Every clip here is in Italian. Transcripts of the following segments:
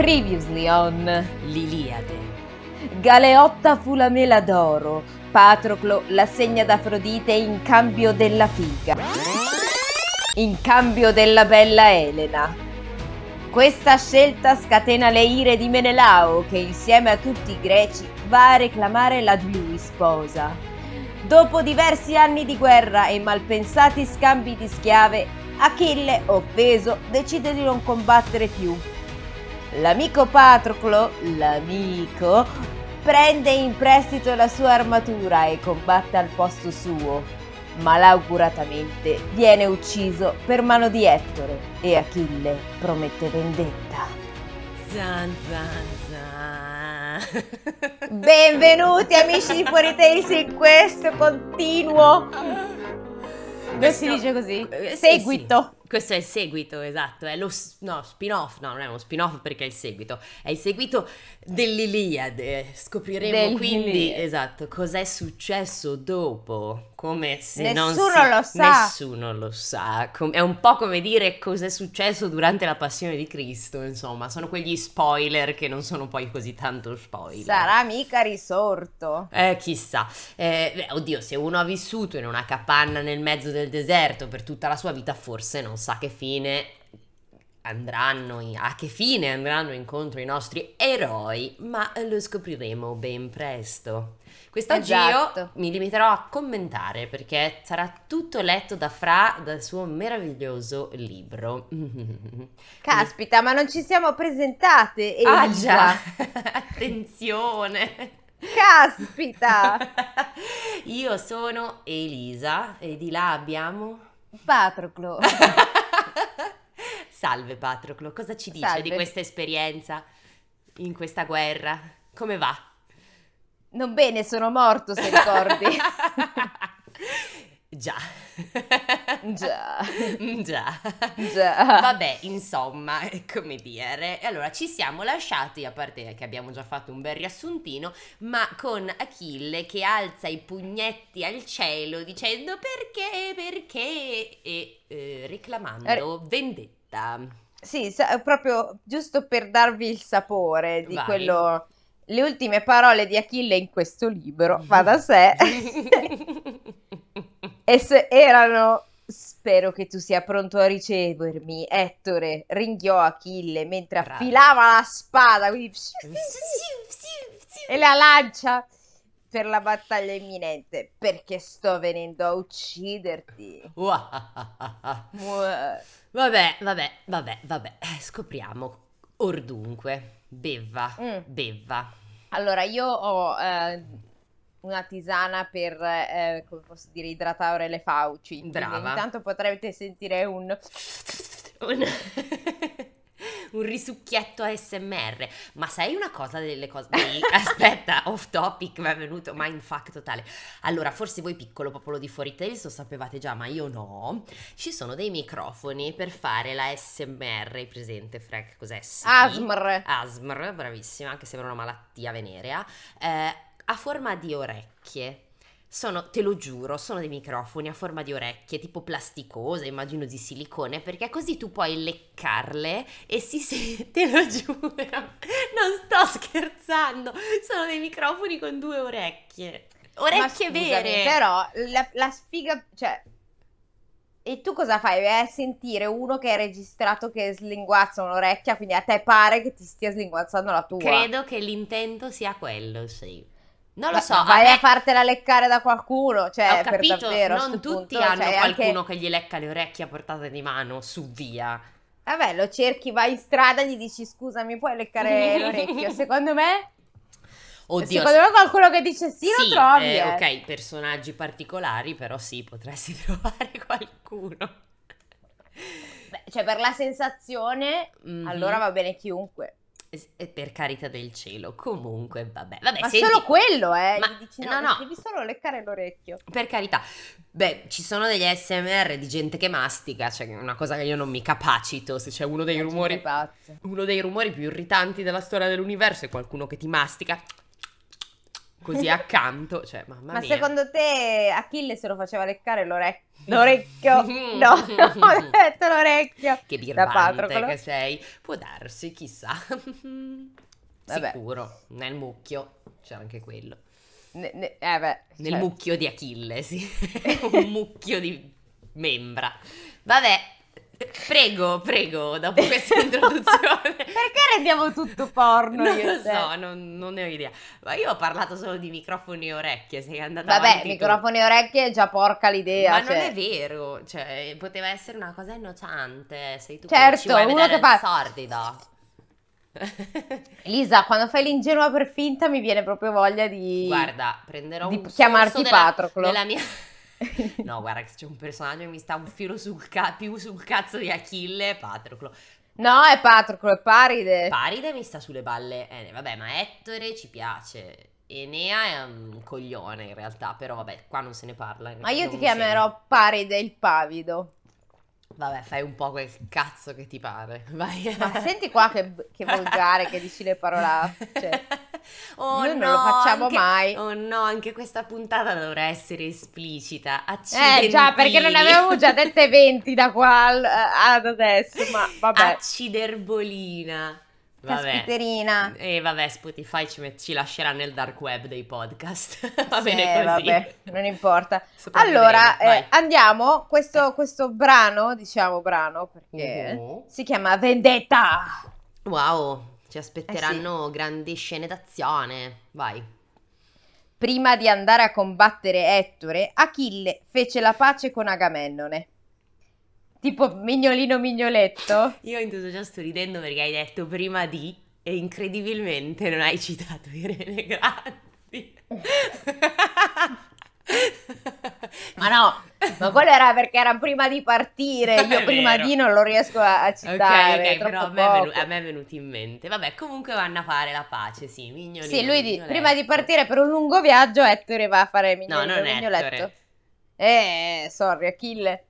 Previously on L'Iliade. Galeotta fu la mela d'oro, Patroclo l'assegna ad Afrodite in cambio della figa, in cambio della bella Elena. Questa scelta scatena le ire di Menelao, che insieme a tutti i greci va a reclamare la lui sposa. Dopo diversi anni di guerra e malpensati scambi di schiave, Achille, offeso, decide di non combattere più. L'amico Patroclo, prende in prestito la sua armatura e combatte al posto suo, malauguratamente viene ucciso per mano di Ettore e Achille promette vendetta. Zan zan zan. Benvenuti amici di Fuori Tales in questo continuo. Non si dice così? Seguito. Sì. Questo è il seguito, esatto, è lo spin-off, no, non è uno spin-off perché è il seguito dell'Iliade. Scopriremo quindi, esatto, cos'è successo dopo, come se nessuno lo sa. È un po' come dire cos'è successo durante la passione di Cristo, insomma, sono quegli spoiler che non sono poi così tanto spoiler. Sarà mica risorto. Chissà. Oddio, se uno ha vissuto in una capanna nel mezzo del deserto per tutta la sua vita, forse non sa a che fine andranno incontro i nostri eroi, ma lo scopriremo ben presto. Quest'oggi io mi limiterò a commentare perché sarà tutto letto da Fra dal suo meraviglioso libro. Caspita, ma non ci siamo presentate, Elisa. Ah già, attenzione. Caspita. Io sono Elisa e di là abbiamo Patroclo. Salve Patroclo, cosa ci dice Salve. di questa esperienza in questa guerra? Come va? Non bene, sono morto, se ricordi. Già. Già. Vabbè, insomma, come dire. Allora, ci siamo lasciati, a parte che abbiamo già fatto un bel riassuntino, ma con Achille che alza i pugnetti al cielo dicendo perché e reclamando vendetta. Sì, proprio giusto per darvi il sapore di Vai. quello. Le ultime parole di Achille in questo libro, va da sé. Erano: spero che tu sia pronto a ricevermi, Ettore, ringhiò Achille mentre affilava la spada, quindi e la lancia per la battaglia imminente, perché sto venendo a ucciderti. Vabbè, scopriamo. Ordunque, bevva. Allora, io ho una tisana per, come posso dire, idratare le fauci. Brava. Intanto potrete sentire un risucchietto ASMR. Ma sai una cosa delle cose? Aspetta, off topic, mi è venuto mindfuck totale. Allora, forse voi piccolo popolo di Fuori Tales lo sapevate già, ma io no. Ci sono dei microfoni per fare la ASMR, hai presente, Frank? Cos'è? Sì. ASMR, bravissima, anche se è una malattia venerea. A forma di orecchie. Te lo giuro, sono dei microfoni a forma di orecchie, tipo plasticose, immagino di silicone, perché così tu puoi leccarle e si sente, te lo giuro, non sto scherzando, sono dei microfoni con 2 orecchie vere. Però la sfiga, cioè, e tu cosa fai? Vai a sentire uno che è registrato che slinguazza un'orecchia, quindi a te pare che ti stia slinguazzando la tua. Credo che l'intento sia quello, sì. Non lo so, vai a fartela leccare da qualcuno, cioè, ho capito, per davvero, non tutti punto, hanno cioè, qualcuno che gli lecca le orecchie a portata di mano, su via. Vabbè, lo cerchi, vai in strada e gli dici: scusa, mi puoi leccare l'orecchio? Secondo me qualcuno che dice sì, lo trovi. Ok, personaggi particolari, però sì, potresti trovare qualcuno. Beh, cioè, per la sensazione, allora va bene chiunque. Per carità del cielo, comunque vabbè, ma senti, solo quello, ma gli dici no, devi solo leccare l'orecchio. Per carità. Beh, ci sono degli ASMR di gente che mastica, cioè una cosa che io non mi capacito. Se c'è uno dei rumori più irritanti della storia dell'universo è qualcuno che ti mastica. così accanto, cioè mamma Ma mia. secondo te Achille se lo faceva leccare l'orecchio? No, ho detto l'orecchio. Che Da birbante Patroclo. che sei. Può darsi, chissà. Vabbè. Sicuro, nel mucchio c'era anche quello. Beh, Nel cioè, mucchio di Achille, sì. Un mucchio di membra. Vabbè, prego, dopo questa introduzione. Perché rendiamo tutto porno Non io lo e te? so, non ne ho idea. Ma io ho parlato solo di microfoni e orecchie, sei andata Vabbè, avanti tu. microfoni e orecchie è già porca l'idea. Ma non cioè. è vero, cioè, poteva essere una cosa innocente, sei tu Certo, che ci vuoi uno vedere che il fa- sordido. Elisa, quando fai l'ingenua per finta mi viene proprio voglia Guarda, prenderò di un chiamarti sorso Patroclo. della mia... No, guarda che c'è un personaggio che mi sta un filo più sul cazzo di Achille, Patroclo. No, è Patroclo, è Paride. Paride mi sta sulle balle. Vabbè, ma Ettore ci piace. Enea è un coglione in realtà, però vabbè, qua non se ne parla. Ma io non ti mi chiamerò Paride il pavido. Vabbè, fai un po' quel cazzo che ti pare. Vai. Ma senti qua che volgare che dici le parolacce. Oh Noi no, non lo facciamo mai. Oh no, anche questa puntata dovrà essere esplicita. Già, perché non ne avevamo già dette 20 da qua ad adesso, ma vabbè. Acciderbolina. Vabbè. Caspiterina. E vabbè, Spotify ci lascerà nel dark web dei podcast. Va Sì, bene così. vabbè, non importa. Sopravviveremo, Allora, vai. andiamo. Questo brano, diciamo brano, perché si chiama Vendetta. Wow, ci aspetteranno grandi scene d'azione. Vai. Prima di andare a combattere Ettore, Achille fece la pace con Agamennone. Tipo mignolino mignoletto. Io intanto già sto ridendo perché hai detto prima di e incredibilmente non hai citato Irene Grandi. Ma no, ma quello era perché era prima di partire. Io È prima vero. di non lo riesco a citare. Ok, però troppo a me è venuto in mente. Vabbè, comunque vanno a fare la pace, sì, mignolino. Sì, lui mignoletto. prima di partire per un lungo viaggio, Ettore va a fare No, non mignoletto. Ettore. Sorry, Achille.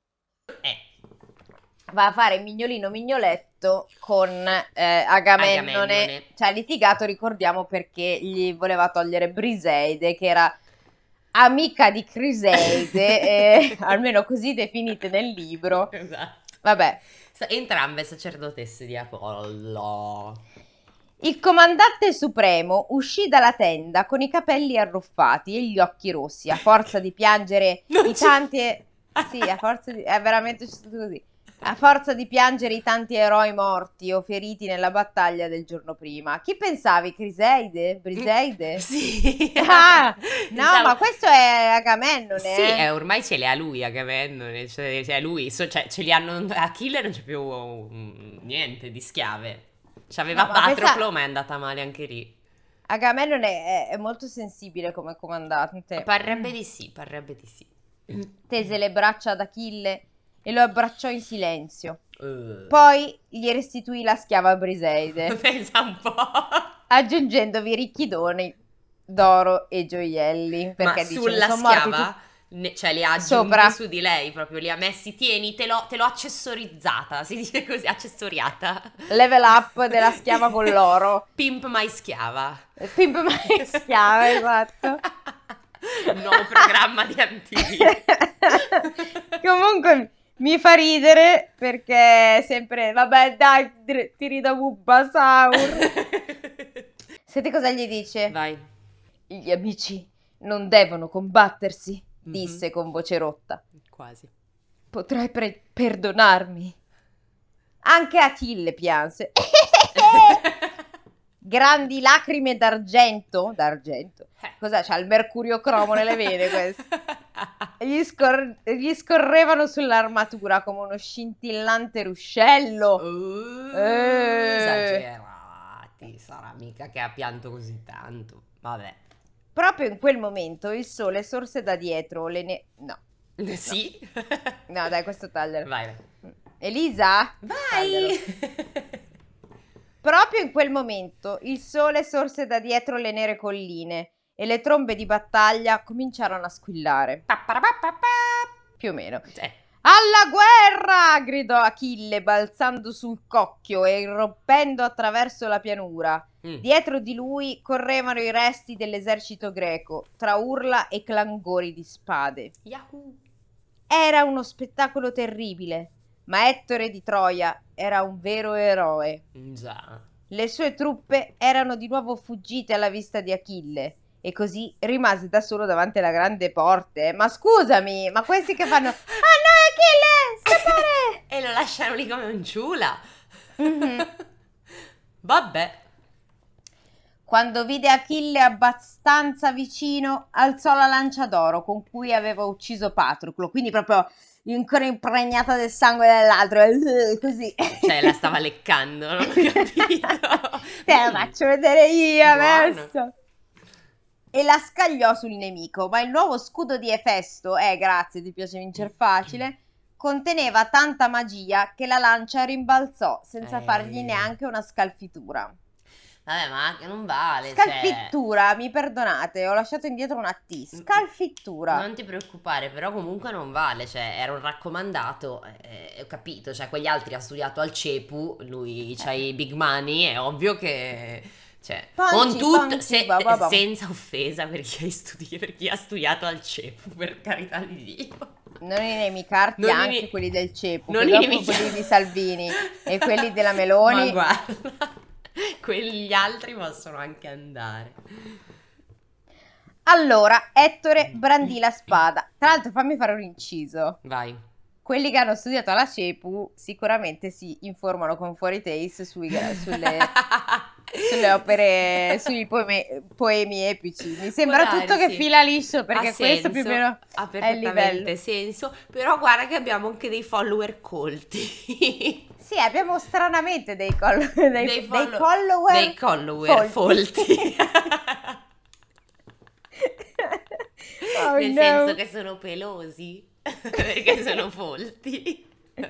Va a fare mignoletto con Agamennone. Cioè, ha litigato, ricordiamo, perché gli voleva togliere Briseide, che era amica di Criseide, almeno così definite nel libro. Esatto. Vabbè. Entrambe sacerdotesse di Apollo. Il comandante supremo uscì dalla tenda con i capelli arruffati e gli occhi rossi, a forza di piangere Non i ci- tanti... Sì, a forza di... È veramente stato così. A forza di piangere i tanti eroi morti o feriti nella battaglia del giorno prima. Chi pensavi? Criseide? Briseide? Sì. Ah, no, Diciamo- ma questo è Agamennone. Sì, ormai ce li ha lui Agamennone, cioè lui, cioè ce li hanno, Achille non c'è più niente di schiave. C'aveva No, ma Patroclo, ma è andata male anche lì. Agamennone è molto sensibile come comandante. Parrebbe di sì. Tese le braccia ad Achille e lo abbracciò in silenzio. Uh. Poi gli restituì la schiava Briseide, Pensa un po'. aggiungendovi ricchi doni d'oro e gioielli. Perché Ma dice, sulla "Sono morti schiava? Cioè li ha aggiunti Sopra. su di lei, proprio li ha messi, tieni, te l'ho accessorizzata, si dice così, accessoriata. Level up della schiava con l'oro. Pimp my schiava. Pimp my schiava, esatto. Nuovo programma di MTV. Comunque mi fa ridere perché sempre, vabbè dai, tiri da Bulbasaur. Senti cosa gli dice? Vai. Gli amici non devono combattersi, Mhm. disse con voce rotta. Quasi. Potrai perdonarmi. Anche Achille pianse. Grandi lacrime d'argento. D'argento? Cos'è? C'ha il mercurio cromo nelle vene questo. Gli scorrevano sull'armatura come uno scintillante ruscello. Esagerati. Sarà mica che ha pianto così tanto. Vabbè. Proprio in quel momento il sole sorse da dietro No, Sì? no, dai, questo taglialo. Vai. Elisa? Taglialo. Vai. Proprio in quel momento il sole sorse da dietro le nere colline e le trombe di battaglia cominciarono a squillare. Più o meno. Alla guerra! Gridò Achille balzando sul cocchio e irrompendo attraverso la pianura. Dietro di lui correvano i resti dell'esercito greco, tra urla e clangori di spade. Yahoo! Era uno spettacolo terribile, ma Ettore di Troia era un vero eroe. Già. Le sue truppe erano di nuovo fuggite alla vista di Achille e così rimase da solo davanti alla grande porte. Ma scusami, ma questi che fanno? Ah no, Achille, scappare! E lo lasciano lì come un ciula. Mm-hmm. Vabbè. Quando vide Achille abbastanza vicino, alzò la lancia d'oro con cui aveva ucciso Patroclo, quindi proprio ancora impregnata del sangue dell'altro, così. Cioè, la stava leccando, non ho capito. Te la faccio vedere io Buono. adesso. E la scagliò sul nemico, ma il nuovo scudo di Efesto, grazie, ti piace vincere facile, conteneva tanta magia che la lancia rimbalzò senza fargli neanche una scalfitura. Vabbè, ma non vale. Scalfittura, mi perdonate, ho lasciato indietro una T. Scalfittura. Non ti preoccupare, però comunque non vale, cioè era un raccomandato, ho capito, cioè quegli altri ha studiato al CEPU, lui c'ha i big money, è ovvio che... Cioè, con tutto, senza offesa per chi ha studiato al CEPU, per carità di Dio. Non inimicarti anche quelli del CEPU, non dopo quelli di Salvini e quelli della Meloni. Ma guarda... Quegli altri possono anche andare. Allora, Ettore brandì la spada. Tra l'altro, fammi fare un inciso. Vai. Quelli che hanno studiato alla CEPU sicuramente si informano con Fuori Taste sulle opere, sui poemi epici. Mi sembra tutto che fila liscio, perché questo più o meno ha è il livello. perfettamente senso. Però guarda che abbiamo anche dei follower colti. Sì, abbiamo stranamente dei follower folti. Oh, nel senso che sono pelosi, perché sono folti.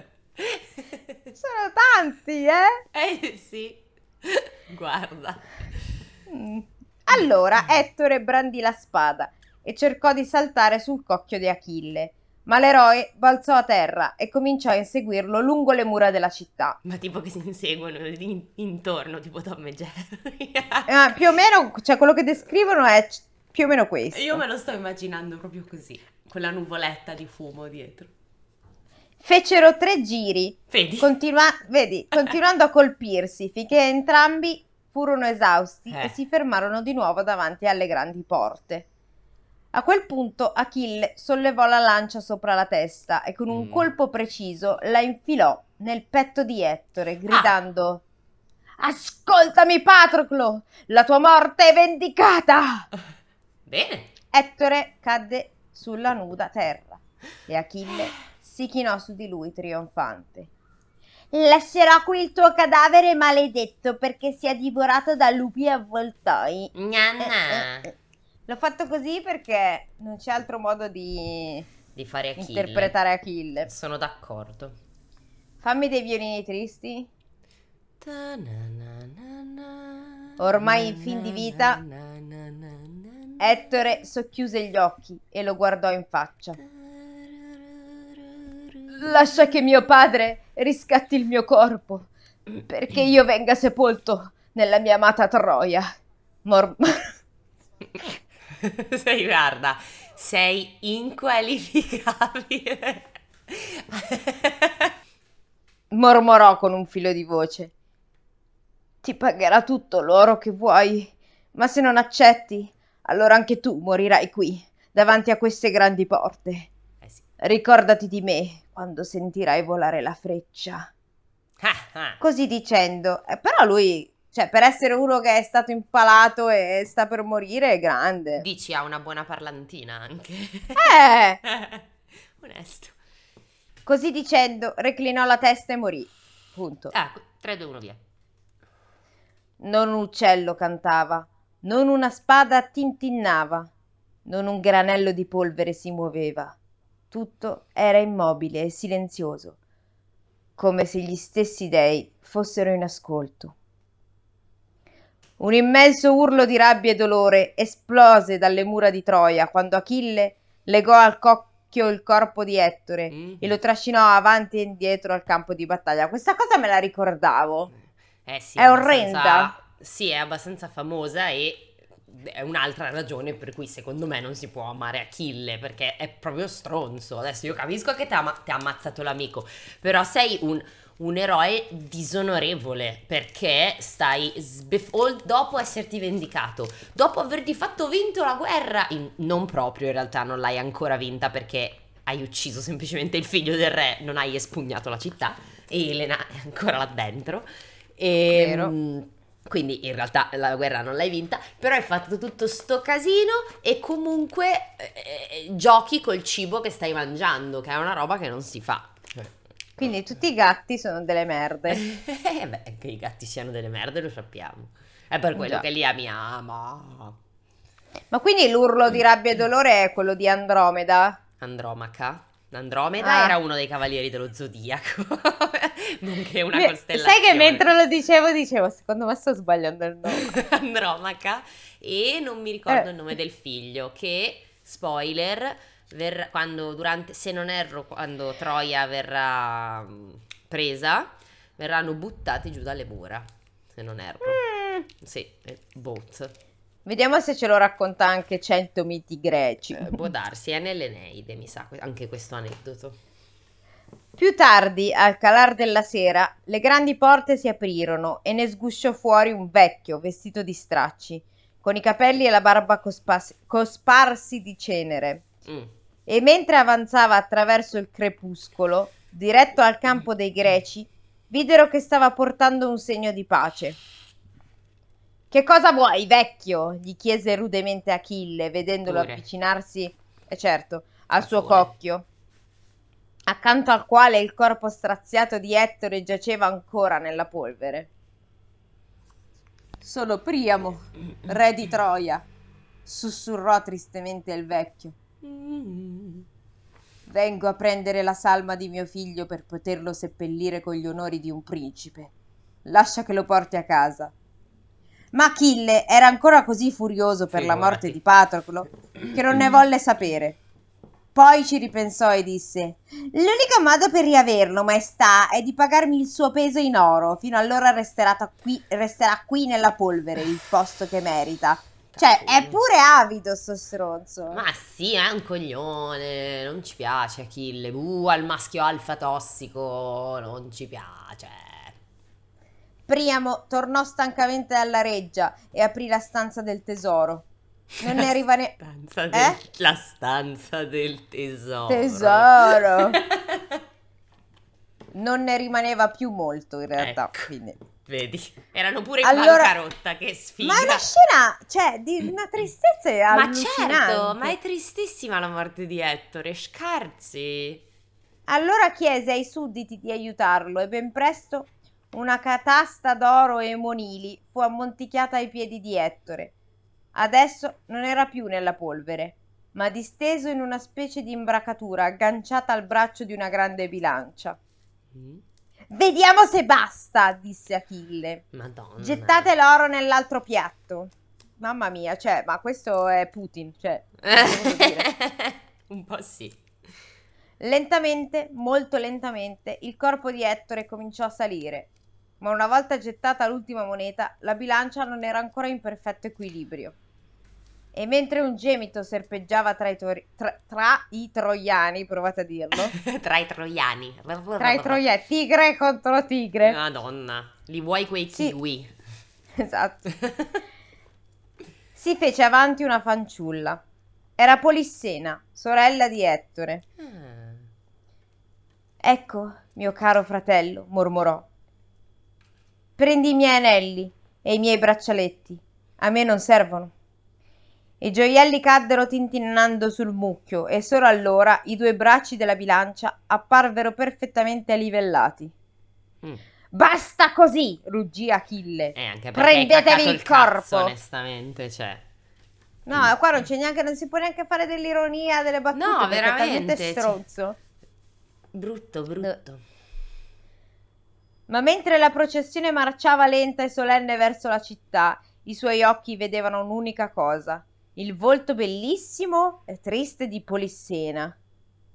Sono tanti, Sì, guarda. Allora, Ettore brandì la spada e cercò di saltare sul cocchio di Achille, ma l'eroe balzò a terra e cominciò a inseguirlo lungo le mura della città. Ma tipo che si inseguono intorno, tipo Tom e Jerry. Più o meno, cioè quello che descrivono è più o meno questo. Io me lo sto immaginando proprio così, con la nuvoletta di fumo dietro. Fecero 3 giri, Vedi? continuando a colpirsi, finché entrambi furono esausti e si fermarono di nuovo davanti alle grandi porte. A quel punto Achille sollevò la lancia sopra la testa e con un colpo preciso la infilò nel petto di Ettore, gridando: Ascoltami, Patroclo, la tua morte è vendicata! Bene. Ettore cadde sulla nuda terra e Achille si chinò su di lui trionfante. Lascerò qui il tuo cadavere maledetto perché sia divorato da lupi avvoltoi. L'ho fatto così perché non c'è altro modo di fare Achille. Interpretare Achille. Sono d'accordo. Fammi dei violini tristi. Ormai in fin di vita, Ettore socchiuse gli occhi e lo guardò in faccia. Lascia che mio padre riscatti il mio corpo, perché io venga sepolto nella mia amata Troia. Guarda, sei inqualificabile. Mormorò con un filo di voce. Ti pagherà tutto l'oro che vuoi, ma se non accetti, allora anche tu morirai qui, davanti a queste grandi porte. Sì. Ricordati di me quando sentirai volare la freccia. Così dicendo, però lui, cioè, per essere uno che è stato impalato e sta per morire, è grande. Dici, ha una buona parlantina anche. Onesto. Così dicendo, reclinò la testa e morì. Punto. 3, 2, 1, via. Non un uccello cantava, non una spada tintinnava, non un granello di polvere si muoveva. Tutto era immobile e silenzioso, come se gli stessi dei fossero in ascolto. Un immenso urlo di rabbia e dolore esplose dalle mura di Troia quando Achille legò al cocchio mucchio il corpo di Ettore e lo trascinò avanti e indietro al campo di battaglia. Questa cosa me la ricordavo. Sì, È orrenda. Sì, è abbastanza famosa e è un'altra ragione per cui secondo me non si può amare Achille, perché è proprio stronzo. Adesso io capisco che ti ha ammazzato l'amico, però sei un eroe disonorevole, perché stai dopo esserti vendicato, dopo aver di fatto vinto la guerra, non proprio in realtà non l'hai ancora vinta perché hai ucciso semplicemente il figlio del re, non hai espugnato la città e Elena è ancora là dentro. Vero. Quindi in realtà la guerra non l'hai vinta, però hai fatto tutto sto casino e comunque giochi col cibo che stai mangiando, che è una roba che non si fa. Quindi tutti i gatti sono delle merde. Beh, che i gatti siano delle merde lo sappiamo. È per quello Già. che Lia mi ama. Ma quindi l'urlo di rabbia e dolore è quello di Andromeda? Andromeda era uno dei cavalieri dello zodiaco, nonché una costellazione. Sai che mentre lo dicevo, secondo me sto sbagliando il nome. Andromaca, e non mi ricordo il nome del figlio, che, spoiler, se non erro, quando Troia verrà presa, verranno buttati giù dalle mura, se non erro. Sì, both. Vediamo se ce lo racconta anche 100 miti greci. Può darsi, è nell'Eneide, mi sa, anche questo aneddoto. Più tardi, al calar della sera, le grandi porte si aprirono e ne sgusciò fuori un vecchio vestito di stracci, con i capelli e la barba cosparsi di cenere. E mentre avanzava attraverso il crepuscolo, diretto al campo dei Greci, videro che stava portando un segno di pace. «Che cosa vuoi, vecchio?» gli chiese rudemente Achille, vedendolo avvicinarsi, certo, al suo cocchio, accanto al quale il corpo straziato di Ettore giaceva ancora nella polvere. «Sono Priamo, re di Troia», sussurrò tristemente il vecchio. «Vengo a prendere la salma di mio figlio per poterlo seppellire con gli onori di un principe. Lascia che lo porti a casa». Ma Achille era ancora così furioso per la morte di Patroclo che non ne volle sapere. Poi ci ripensò e disse: «L'unico modo per riaverlo, maestà, è di pagarmi il suo peso in oro. Fino allora resterà qui nella polvere, il posto che merita». Cioè, è pure avido sto stronzo. Ma sì, è un coglione, non ci piace Achille. Al maschio alfa tossico, non ci piace. Priamo tornò stancamente dalla reggia e aprì la stanza del tesoro. Non ne arriva La stanza del tesoro. Tesoro. Non ne rimaneva più molto in realtà. Ecco, quindi. vedi, erano pure in bancarotta, che sfiga. Ma è una scena, cioè, di una tristezza allucinante. Ma certo, ma è tristissima la morte di Ettore, scherzi. Allora chiese ai sudditi di aiutarlo e ben presto una catasta d'oro e monili fu ammonticchiata ai piedi di Ettore. Adesso non era più nella polvere, ma disteso in una specie di imbracatura agganciata al braccio di una grande bilancia. «Vediamo se basta», disse Achille. Madonna. «Gettate l'oro nell'altro piatto». Mamma mia, cioè, ma questo è Putin, cioè, un po' sì. Lentamente, molto lentamente, il corpo di Ettore cominciò a salire, ma una volta gettata l'ultima moneta, la bilancia non era ancora in perfetto equilibrio. E mentre un gemito serpeggiava tra i troiani, provate a dirlo. Tra i troiani. Tra i troiani, tigre contro tigre. Madonna, li vuoi quei kiwi? Esatto. Si fece avanti una fanciulla. Era Polissena, sorella di Ettore. «Ecco, mio caro fratello», mormorò. «Prendi i miei anelli e i miei braccialetti. A me non servono». I gioielli caddero tintinnando sul mucchio e solo allora i due bracci della bilancia apparvero perfettamente livellati. «Basta così!» ruggì Achille. Anche «Prendetevi il corpo!» cazzo, onestamente, cioè. No, qua non si può neanche fare dell'ironia, delle battute, no, perché veramente, è talmente stronzo. Brutto. Ma mentre la processione marciava lenta e solenne verso la città, i suoi occhi vedevano un'unica cosa: il volto bellissimo e triste di Polissena.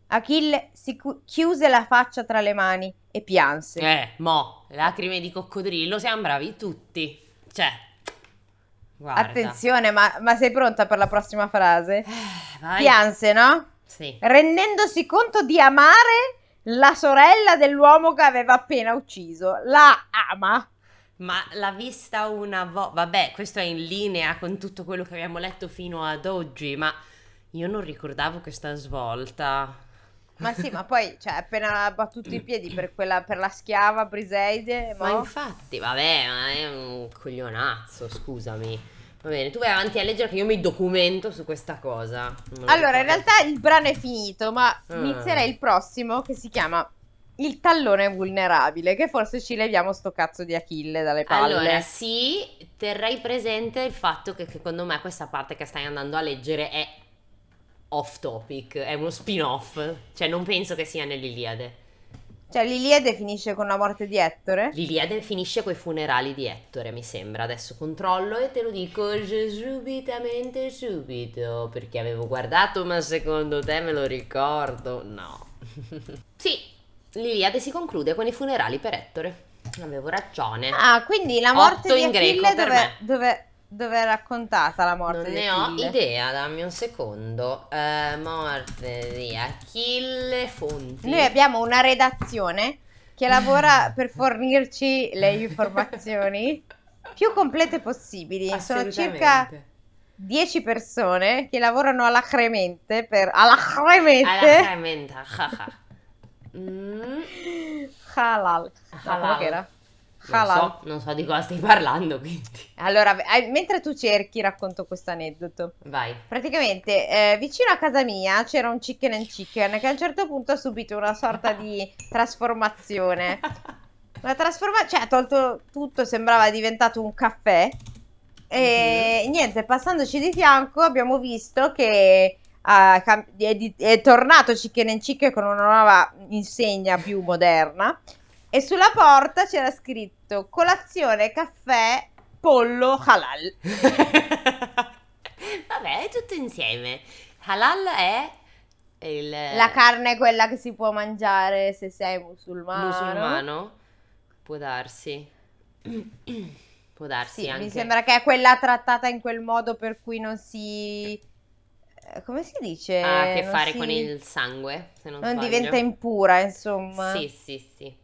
Achille chiuse la faccia tra le mani e pianse. Lacrime di coccodrillo, siamo bravi tutti. Cioè, guarda. Attenzione, ma sei pronta per la prossima frase? Vai. Pianse, no? Sì. Rendendosi conto di amare la sorella dell'uomo che aveva appena ucciso. La ama. Ma l'ha vista una volta. Vabbè, questo è in linea con tutto quello che abbiamo letto fino ad oggi, ma io non ricordavo questa svolta. Ma sì, ma poi, cioè, appena battuto i piedi per la schiava Briseide, Ma infatti, vabbè, ma è un coglionazzo, scusami. Va bene, tu vai avanti a leggere che io mi documento su questa cosa. Allora, in realtà il brano è finito, ma inizierei il prossimo che si chiama Il tallone vulnerabile, che forse ci leviamo sto cazzo di Achille dalle palle. Allora, sì, terrei presente il fatto che secondo me questa parte che stai andando a leggere è off topic, è uno spin-off, cioè non penso che sia nell'Iliade. Cioè l'Iliade finisce con la morte di Ettore? L'Iliade finisce coi funerali di Ettore, mi sembra. Adesso controllo e te lo dico subito, perché avevo guardato, ma secondo te me lo ricordo? No. Sì, l'Iliade si conclude con i funerali per Ettore. Avevo ragione. Ah, quindi la morte 8 di in Achille greco per me. dove è raccontata la morte Non di ne Achille? ho idea, dammi un secondo. Morte di Achille, fonti. Noi abbiamo una redazione che lavora per fornirci le informazioni più complete possibili. Sono circa 10 persone che lavorano alacremente Alacremente. Halal. No, come che era? Halal. Non so di cosa stai parlando, quindi. Allora, mentre tu cerchi, racconto questo aneddoto. Vai. Praticamente, vicino a casa mia c'era un chicken and chicken che a un certo punto ha subito una sorta di trasformazione. Cioè ha tolto tutto, sembrava diventato un caffè. E niente, passandoci di fianco abbiamo visto che è tornato Chicken and Chicken con una nuova insegna più moderna. E sulla porta c'era scritto colazione, caffè, pollo, halal. Vabbè, è tutto insieme. Halal è la carne, quella che si può mangiare se sei musulmano. Musulmano? Può darsi. Può darsi sì, anche. Mi sembra che è quella trattata in quel modo per cui non si... come si dice? Ha a che fare con il sangue, se non sbaglio. diventa impura, insomma. Sì.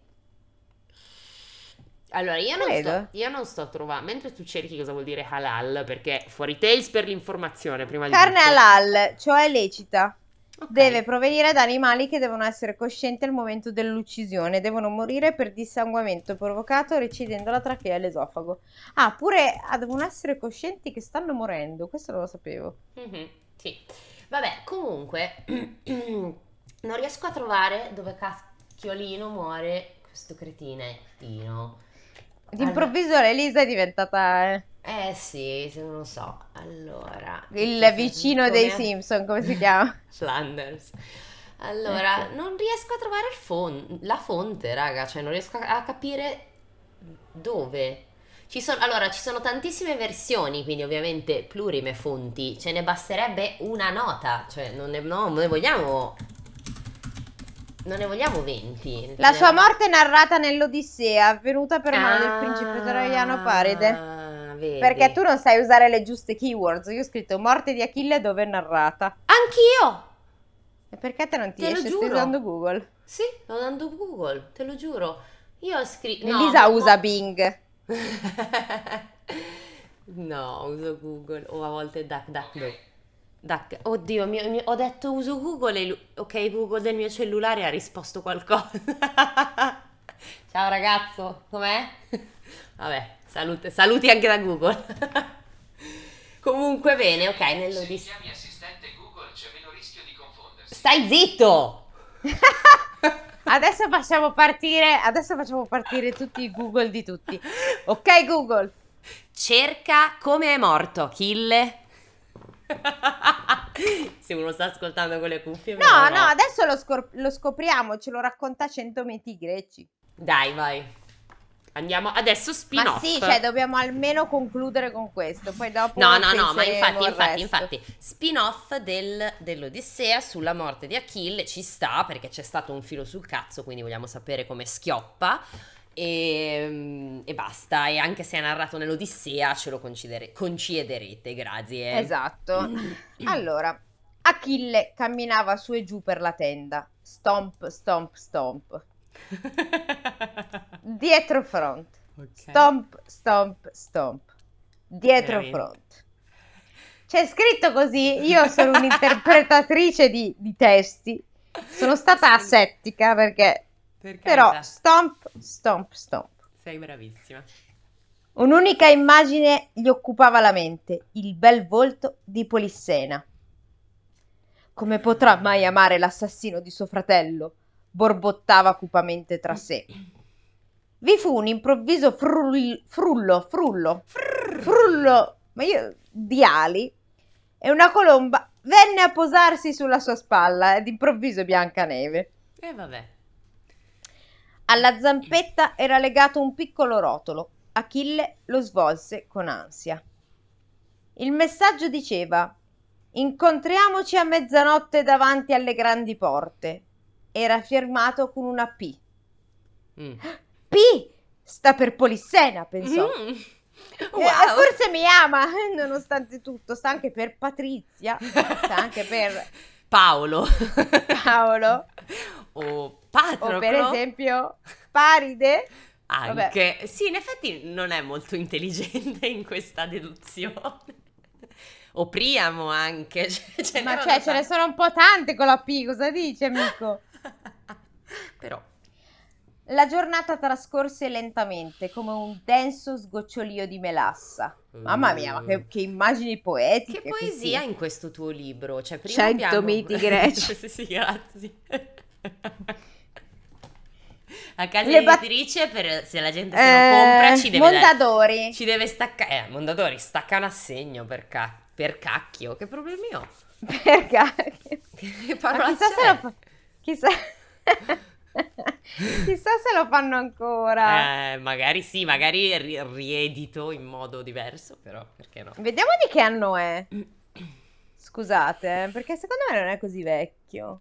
Allora, io non sto trovando, mentre tu cerchi cosa vuol dire halal, perché fuori tales per l'informazione, prima di Carne tutto. halal, cioè lecita. Okay. Deve provenire da animali che devono essere coscienti al momento dell'uccisione, devono morire per dissanguamento provocato recidendo la trachea e l'esofago. Ah, pure devono essere coscienti che stanno morendo, questo non lo sapevo. Sì, vabbè, comunque non riesco a trovare dove cacchiolino muore questo cretinettino. D'improvviso Elisa è diventata... sì, se non lo so. Allora, il vicino dei Simpson, come si chiama? Flanders. Allora, non riesco a trovare la fonte, raga, cioè non riesco a capire dove. Ci sono tantissime versioni, quindi ovviamente plurime fonti, ce ne basterebbe una nota, cioè non ne vogliamo 20. La sua morte è narrata nell'Odissea, avvenuta per mano del principe troiano Paride. Vedi. Perché tu non sai usare le giuste keywords. Io ho scritto morte di Achille dove è narrata. Anch'io! E perché te non ti Te lo esce? giuro. Stai usando Google? Sì, sto usando Google, te lo giuro. Io ho scritto... Elisa usa Bing. No, uso Google o a volte DuckDuckGo. Oddio, ho detto uso Google e ok, Google del mio cellulare ha risposto qualcosa. Ciao ragazzo, com'è? Vabbè, saluti anche da Google. Comunque bene, ok, nell'Odissea. Se chiami assistente Google c'è meno rischio di confondersi. Stai zitto! Adesso facciamo partire tutti i Google di tutti. Ok Google. Cerca come è morto Achille. Se uno sta ascoltando con le cuffie. No, adesso lo scopriamo, ce lo racconta 100 miti greci. Dai, vai. Andiamo adesso Ma spin-off. sì, cioè dobbiamo almeno concludere con questo, poi dopo No, ma penseremo al resto. infatti, spin-off dell'Odissea sulla morte di Achille ci sta perché c'è stato un filo sul cazzo, quindi vogliamo sapere come schioppa e basta. E anche se è narrato nell'Odissea ce lo concederete, grazie. Esatto. Allora, Achille camminava su e giù per la tenda. Stomp, stomp, stomp. Dietro front. Ok. Stomp, stomp, stomp. Dietro Veramente. front. C'è scritto così, io sono un'interpretatrice di testi. Sono stata Sì. asettica perché... Per Però carità, stomp, stomp, stomp. sei bravissima. Un'unica immagine gli occupava la mente, il bel volto di Polissena. Come potrà mai amare l'assassino di suo fratello? Borbottava cupamente tra sé. Vi fu un improvviso frullo di ali e una colomba venne a posarsi sulla sua spalla ed improvviso Biancaneve. E vabbè. Alla zampetta era legato un piccolo rotolo. Achille lo svolse con ansia. Il messaggio diceva: incontriamoci a mezzanotte davanti alle grandi porte. Era firmato con una P. Mm. P sta per Polissena, pensò. Wow. Forse mi ama, nonostante tutto. Sta anche per Patrizia, sta anche per Paolo. Paolo, O Patroclo. o per esempio Paride. Anche. Sì, in effetti non è molto intelligente in questa deduzione. O Priamo anche. Ma cioè, ce ne sono un po' tante con la P, cosa dice, amico? Però. La giornata trascorse lentamente, come un denso sgocciolio di melassa. Mamma mia, ma che immagini poetiche. Che poesia in questo tuo libro. Cioè, prima 100 abbiamo... miti greci. Sì, grazie. A casa Le editrice, se la gente se lo compra, ci deve Mondadori. ci deve staccare. Mondadori, stacca un assegno per cacchio. Che problemi ho? Perché? Che Ma parola chissà c'è? se lo chissà... chissà se lo fanno ancora. Magari sì, magari riedito in modo diverso, però perché no? Vediamo di che anno è. Scusate, perché secondo me non è così vecchio.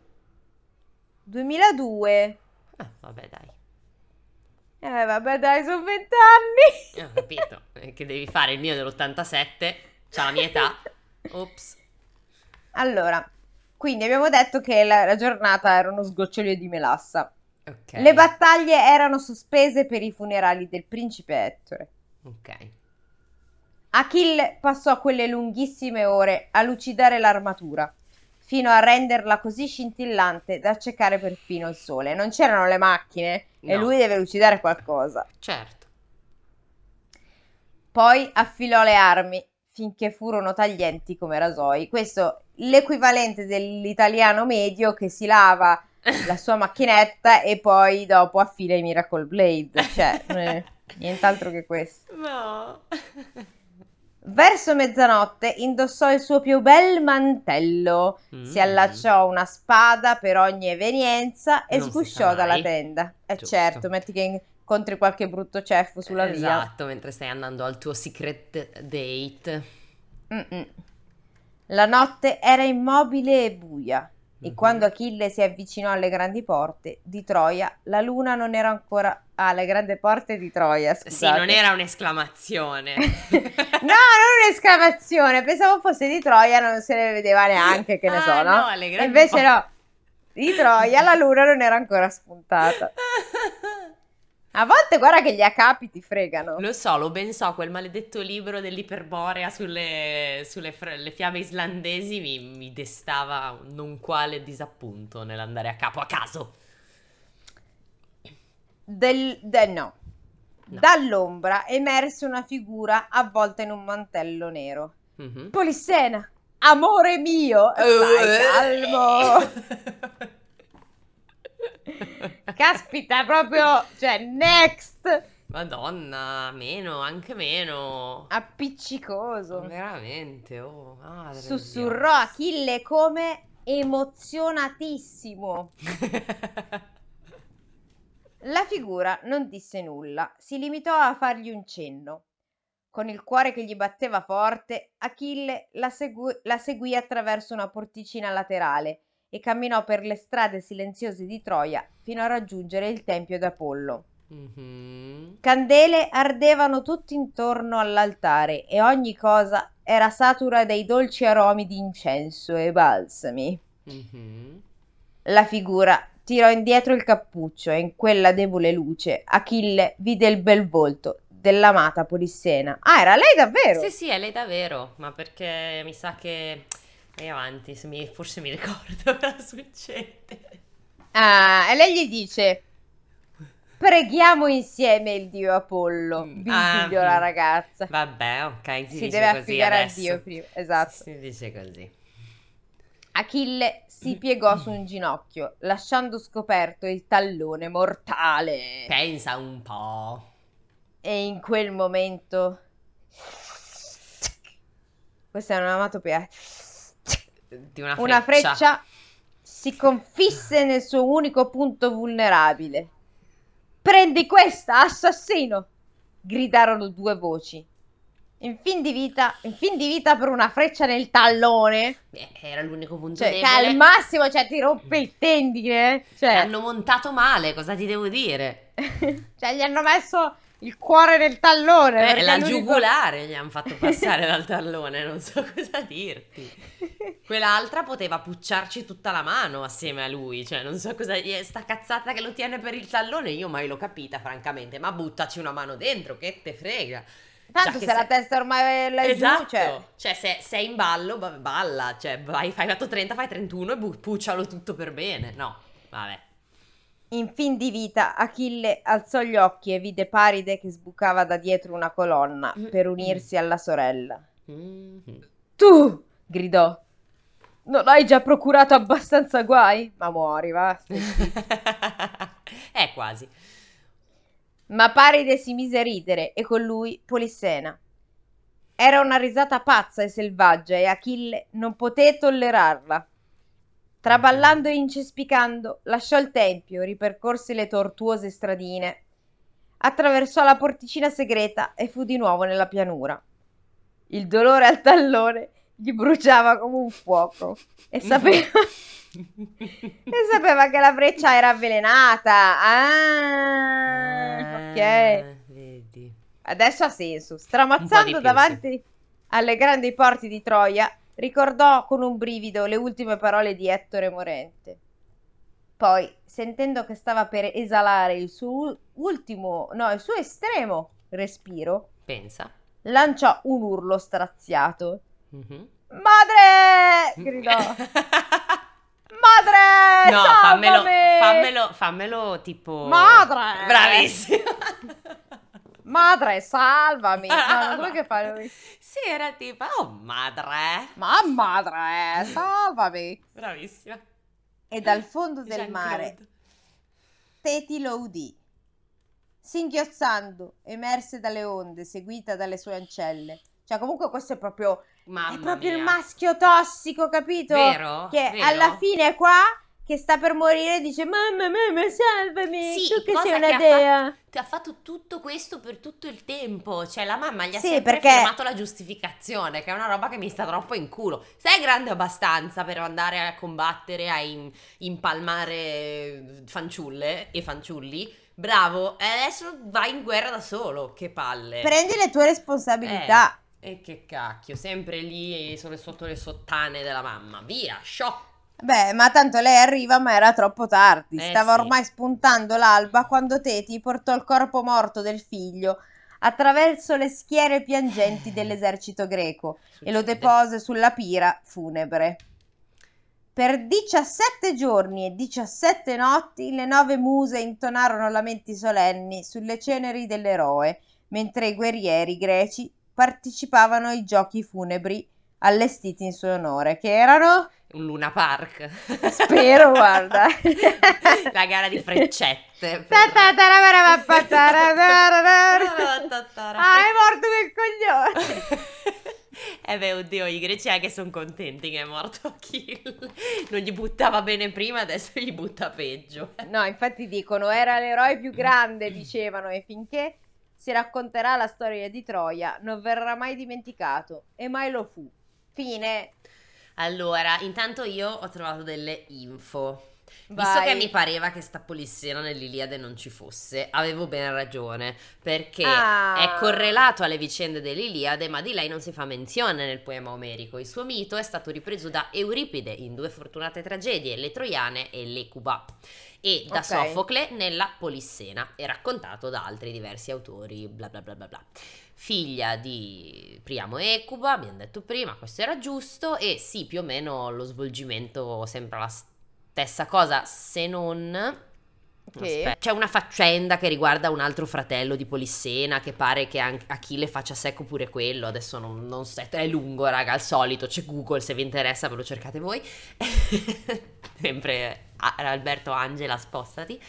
2002. Vabbè, dai. Vabbè, dai, sono 20 anni. Ho capito. Che devi fare? Il mio è dell'87, c'ha la mia età. Ops. Allora, quindi abbiamo detto che la giornata era uno sgocciolio di melassa. Ok. Le battaglie erano sospese per i funerali del principe Ettore. Ok. Achille passò quelle lunghissime ore a lucidare l'armatura, fino a renderla così scintillante da accecare perfino il sole. Non c'erano le macchine e No. lui deve lucidare qualcosa. Certo. Poi affilò le armi finché furono taglienti come rasoi. Questo l'equivalente dell'italiano medio che si lava la sua macchinetta e poi dopo affila i Miracle Blade. Cioè, nient'altro che questo. No. Verso mezzanotte indossò il suo più bel mantello, si allacciò una spada per ogni evenienza e Non si sgusciò sa dalla mai. tenda. Giusto. Certo, metti che incontri qualche brutto ceffo sulla via. Esatto, mentre stai andando al tuo secret date. Mm-mm. La notte era immobile e buia e quando Achille si avvicinò alle grandi porte di Troia, la luna non era ancora... Ah, le grandi porte di Troia, Sì, scusate. non era un'esclamazione. No, non un'esclamazione, pensavo fosse di Troia, non se ne vedeva neanche, che ne so, no? No, le E grandi invece no, di Troia la luna non era ancora spuntata. A volte guarda che gli acapi ti fregano. Lo so, lo ben so, quel maledetto libro dell'Iperborea sulle le fiabe islandesi mi destava non quale disappunto nell'andare a capo a caso. No. Dall'ombra emerse una figura avvolta in un mantello nero. Mhm. Polissena, amore mio, stai calmo. Caspita, proprio, cioè, next, Madonna, meno, anche meno. appiccicoso. Veramente, oh, madre Sussurrò Achille come emozionatissimo. La figura non disse nulla, si limitò a fargli un cenno. Con il cuore che gli batteva forte, Achille la seguì attraverso una porticina laterale e camminò per le strade silenziose di Troia fino a raggiungere il tempio d'Apollo. Candele ardevano tutto intorno all'altare e ogni cosa era satura dei dolci aromi di incenso e balsami. La figura tirò indietro il cappuccio e in quella debole luce Achille vide il bel volto dell'amata Polissena. Ah, era lei davvero? Sì, è lei davvero, ma perché mi sa che è avanti, forse mi ricordo cosa succede. Ah, e lei gli dice: preghiamo insieme il dio Apollo, figlio la ragazza. Vabbè, ok, si deve così affidare a adesso. Dio prima, esatto. Si dice così. Achille si piegò su un ginocchio, lasciando scoperto il tallone mortale. Pensa un po'. E in quel momento, questa è un'onomatopea, Di una una freccia si confisse nel suo unico punto vulnerabile. Prendi questa, assassino! Gridarono due voci. In fin di vita per una freccia nel tallone. Era l'unico punto cioè, debole. Che al massimo, cioè, ti rompe il tendine. Cioè. Hanno montato male, cosa ti devo dire? Cioè, gli hanno messo il cuore nel tallone. La giugulare gli hanno fatto passare dal tallone, non so cosa dirti. Quell'altra poteva pucciarci tutta la mano assieme a lui, cioè non so cosa, sta cazzata che lo tiene per il tallone, io mai l'ho capita francamente, ma buttaci una mano dentro, che te frega. Tanto se la testa ormai è esatto. giù, cioè se sei in ballo, balla, cioè fai fatto 30, fai 31 e puccialo tutto per bene, no, vabbè. In fin di vita Achille alzò gli occhi e vide Paride che sbucava da dietro una colonna per unirsi alla sorella. Tu! Gridò. Non hai già procurato abbastanza guai? Ma muori, va. Quasi. Ma Paride si mise a ridere e con lui Polissena. Era una risata pazza e selvaggia e Achille non poté tollerarla. Traballando e incespicando, lasciò il tempio, ripercorse le tortuose stradine, attraversò la porticina segreta e fu di nuovo nella pianura. Il dolore al tallone gli bruciava come un fuoco e sapeva che la freccia era avvelenata. Ok. Vedi. Adesso ha senso. Stramazzando davanti alle grandi porte di Troia, ricordò con un brivido le ultime parole di Ettore morente. Poi, sentendo che stava per esalare il suo estremo respiro, pensa, lanciò un urlo straziato. Madre! Gridò. Madre! No, fammelo tipo... Madre! Bravissimo! Madre, salvami! No, non so che fare. Sì, era tipo, oh madre! Ma madre, salvami! Bravissima! E dal fondo del mare Teti lo udì. Singhiozzando, emerse dalle onde, seguita dalle sue ancelle. Cioè, comunque questo è proprio il maschio tossico, capito? Vero? Che Vero? alla fine qua, che sta per morire, dice mamma, salvami, sì, tu che sei una dea. Ti ha fatto tutto questo per tutto il tempo. Cioè, la mamma gli ha Sì, sempre perché... firmato la giustificazione, che è una roba che mi sta troppo in culo. Sei grande abbastanza per andare a combattere, a impalmare fanciulle e fanciulli. Bravo, e adesso vai in guerra da solo. Che palle. Prendi le tue responsabilità. E che cacchio, sempre lì sotto le sottane della mamma. Via, shock. Beh, ma tanto lei arriva, ma era troppo tardi. Stava sì. ormai spuntando l'alba quando Teti portò il corpo morto del figlio attraverso le schiere piangenti dell'esercito greco e lo depose sulla pira funebre. Per 17 giorni e 17 notti le 9 muse intonarono lamenti solenni sulle ceneri dell'eroe, mentre i guerrieri greci partecipavano ai giochi funebri allestiti in suo onore, che erano... Un Luna Park. Spero, guarda. La gara di freccette. Ah, è morto quel coglione. beh, oddio, i greci anche sono contenti che è morto Achille. Non gli buttava bene prima, adesso gli butta peggio. No, infatti dicono, era l'eroe più grande, dicevano, e finché si racconterà la storia di Troia non verrà mai dimenticato, e mai lo fu. Fine. Allora, intanto io ho trovato delle info. Visto Vai. che mi pareva che sta Polissena nell'Iliade non ci fosse, avevo ben ragione, perché Ah. è correlato alle vicende dell'Iliade, ma di lei non si fa menzione nel poema omerico. Il suo mito è stato ripreso da Euripide in due fortunate tragedie, le Troiane e l'Ecuba, e da Ok. Sofocle nella Polissena, e raccontato da altri diversi autori, bla bla bla bla bla. Figlia di Priamo e Ecuba, abbiamo detto prima, questo era giusto, e sì, più o meno lo svolgimento sembra la stessa cosa, se non... Che? Aspetta, c'è una faccenda che riguarda un altro fratello di Polissena, che pare che anche Achille faccia secco pure quello. Adesso non so, è lungo, raga, al solito c'è Google, se vi interessa ve lo cercate voi. Sempre Alberto Angela, spostati.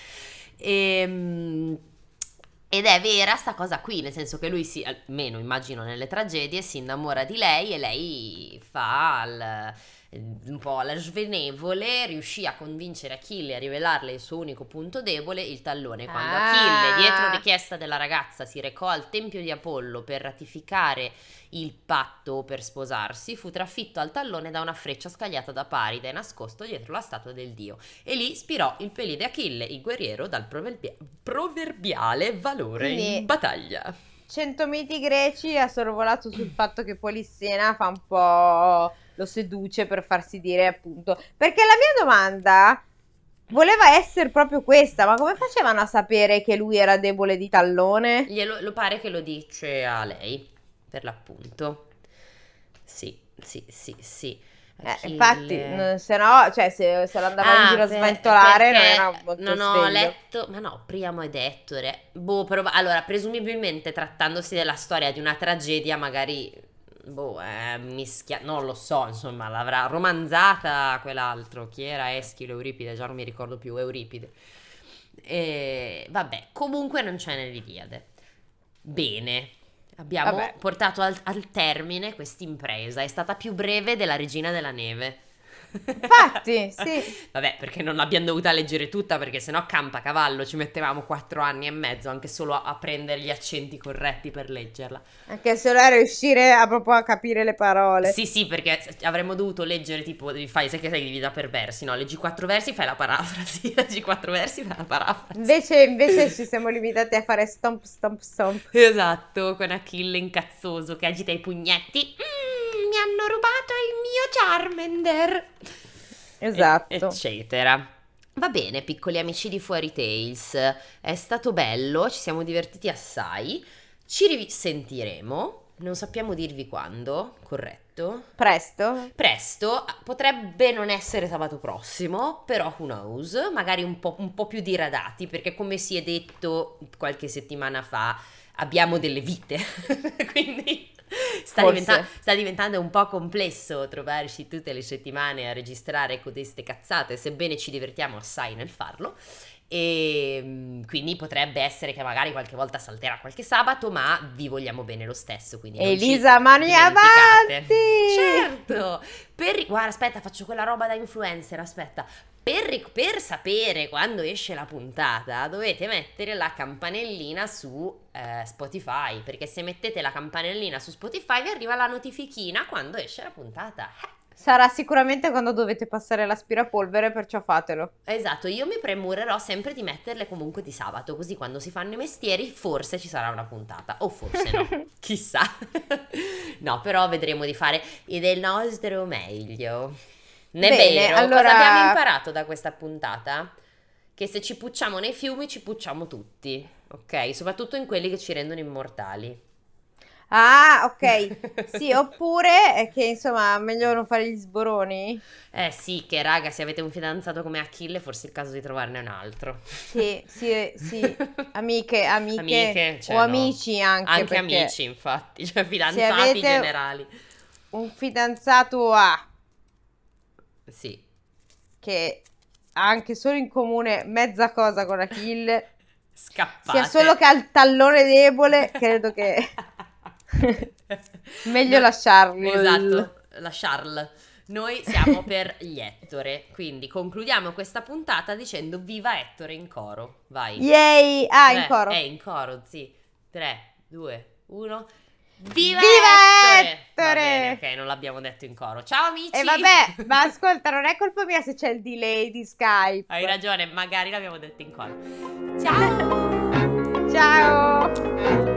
Ed è vera sta cosa qui, nel senso che lui almeno immagino nelle tragedie, si innamora di lei, e lei fa un po' la svenevole, riuscì a convincere Achille a rivelarle il suo unico punto debole, il tallone. Quando Achille, dietro richiesta della ragazza, si recò al tempio di Apollo per ratificare il patto, per sposarsi, fu trafitto al tallone da una freccia scagliata da Paride, nascosto dietro la statua del dio, e lì spirò il pelide Achille, il guerriero dal proverbiale valore Quindi, in battaglia. 100 miti greci ha sorvolato sul fatto che Polissena fa un po', lo seduce per farsi dire, appunto, perché la mia domanda voleva essere proprio questa: ma come facevano a sapere che lui era debole di tallone? Lo pare che lo dice a lei, per l'appunto. Sì. Infatti, se no, cioè se lo andava in giro a sventolare non era molto non ho sveglio. letto, ma no, Priamo ed Ettore. Allora, presumibilmente trattandosi della storia di una tragedia, magari mischia, non lo so, insomma, l'avrà romanzata quell'altro, chi era Eschilo, Euripide, già non mi ricordo più, Euripide. E vabbè, comunque non c'è nell'Iliade. Bene. Abbiamo portato al termine quest'impresa. È stata più breve della Regina della Neve. Infatti, sì. Vabbè, perché non l'abbiamo dovuta leggere tutta, perché sennò campa cavallo, ci mettevamo 4 anni e mezzo anche solo a prendere gli accenti corretti per leggerla. Anche solo a riuscire proprio a capire le parole. Sì, perché avremmo dovuto leggere tipo, sai che devi da per versi, no? Leggi 4 versi, fai la parafrasi, leggi 4 versi, fai la parafrasi. Invece ci siamo limitati a fare stomp, stomp, stomp. Esatto, con Achille incazzoso che agita i pugnetti. Mi hanno rubato il mio Charmander. Esatto. Eccetera. Va bene, piccoli amici di Fuori Tales, è stato bello, ci siamo divertiti assai. Ci risentiremo, non sappiamo dirvi quando, corretto? Presto, potrebbe non essere sabato prossimo, però who knows, magari un po' più diradati, perché come si è detto qualche settimana fa, abbiamo delle vite, quindi sta diventando un po' complesso trovarci tutte le settimane a registrare codeste cazzate, sebbene ci divertiamo assai nel farlo. E quindi potrebbe essere che magari qualche volta salterà qualche sabato, ma vi vogliamo bene lo stesso, quindi Elisa, mani avanti! Certo! Guarda, aspetta, faccio quella roba da influencer, aspetta. Per sapere quando esce la puntata dovete mettere la campanellina su Spotify, perché se mettete la campanellina su Spotify vi arriva la notifichina quando esce la puntata. Sarà sicuramente quando dovete passare l'aspirapolvere, perciò fatelo. Esatto, io mi premurerò sempre di metterle comunque di sabato, così quando si fanno i mestieri forse ci sarà una puntata, o forse no, chissà. No, però vedremo di fare del nostro meglio. Ne è vero, allora... cosa abbiamo imparato da questa puntata? Che se ci pucciamo nei fiumi ci pucciamo tutti, ok? Soprattutto in quelli che ci rendono immortali. Ah, ok. Sì, oppure è che insomma meglio non fare gli sboroni. Sì, che raga, se avete un fidanzato come Achille forse è il caso di trovarne un altro. Sì, amiche cioè, o amici anche perché amici, infatti, cioè fidanzati generali. Un fidanzato sì, che ha anche solo in comune mezza cosa con Achille, scappate. sia solo che ha il tallone debole, credo che Meglio lasciarlo. Esatto, lasciarlo. Noi siamo per gli Ettore, quindi concludiamo questa puntata dicendo viva Ettore in coro. Vai. Yay! In coro. In coro, sì. 3, 2, 1. Viva Ettore! Va bene, ok, non l'abbiamo detto in coro. Ciao amici! E vabbè, ma ascolta, non è colpa mia se c'è il delay di Skype. Hai ragione, magari l'abbiamo detto in coro. Ciao! Ciao!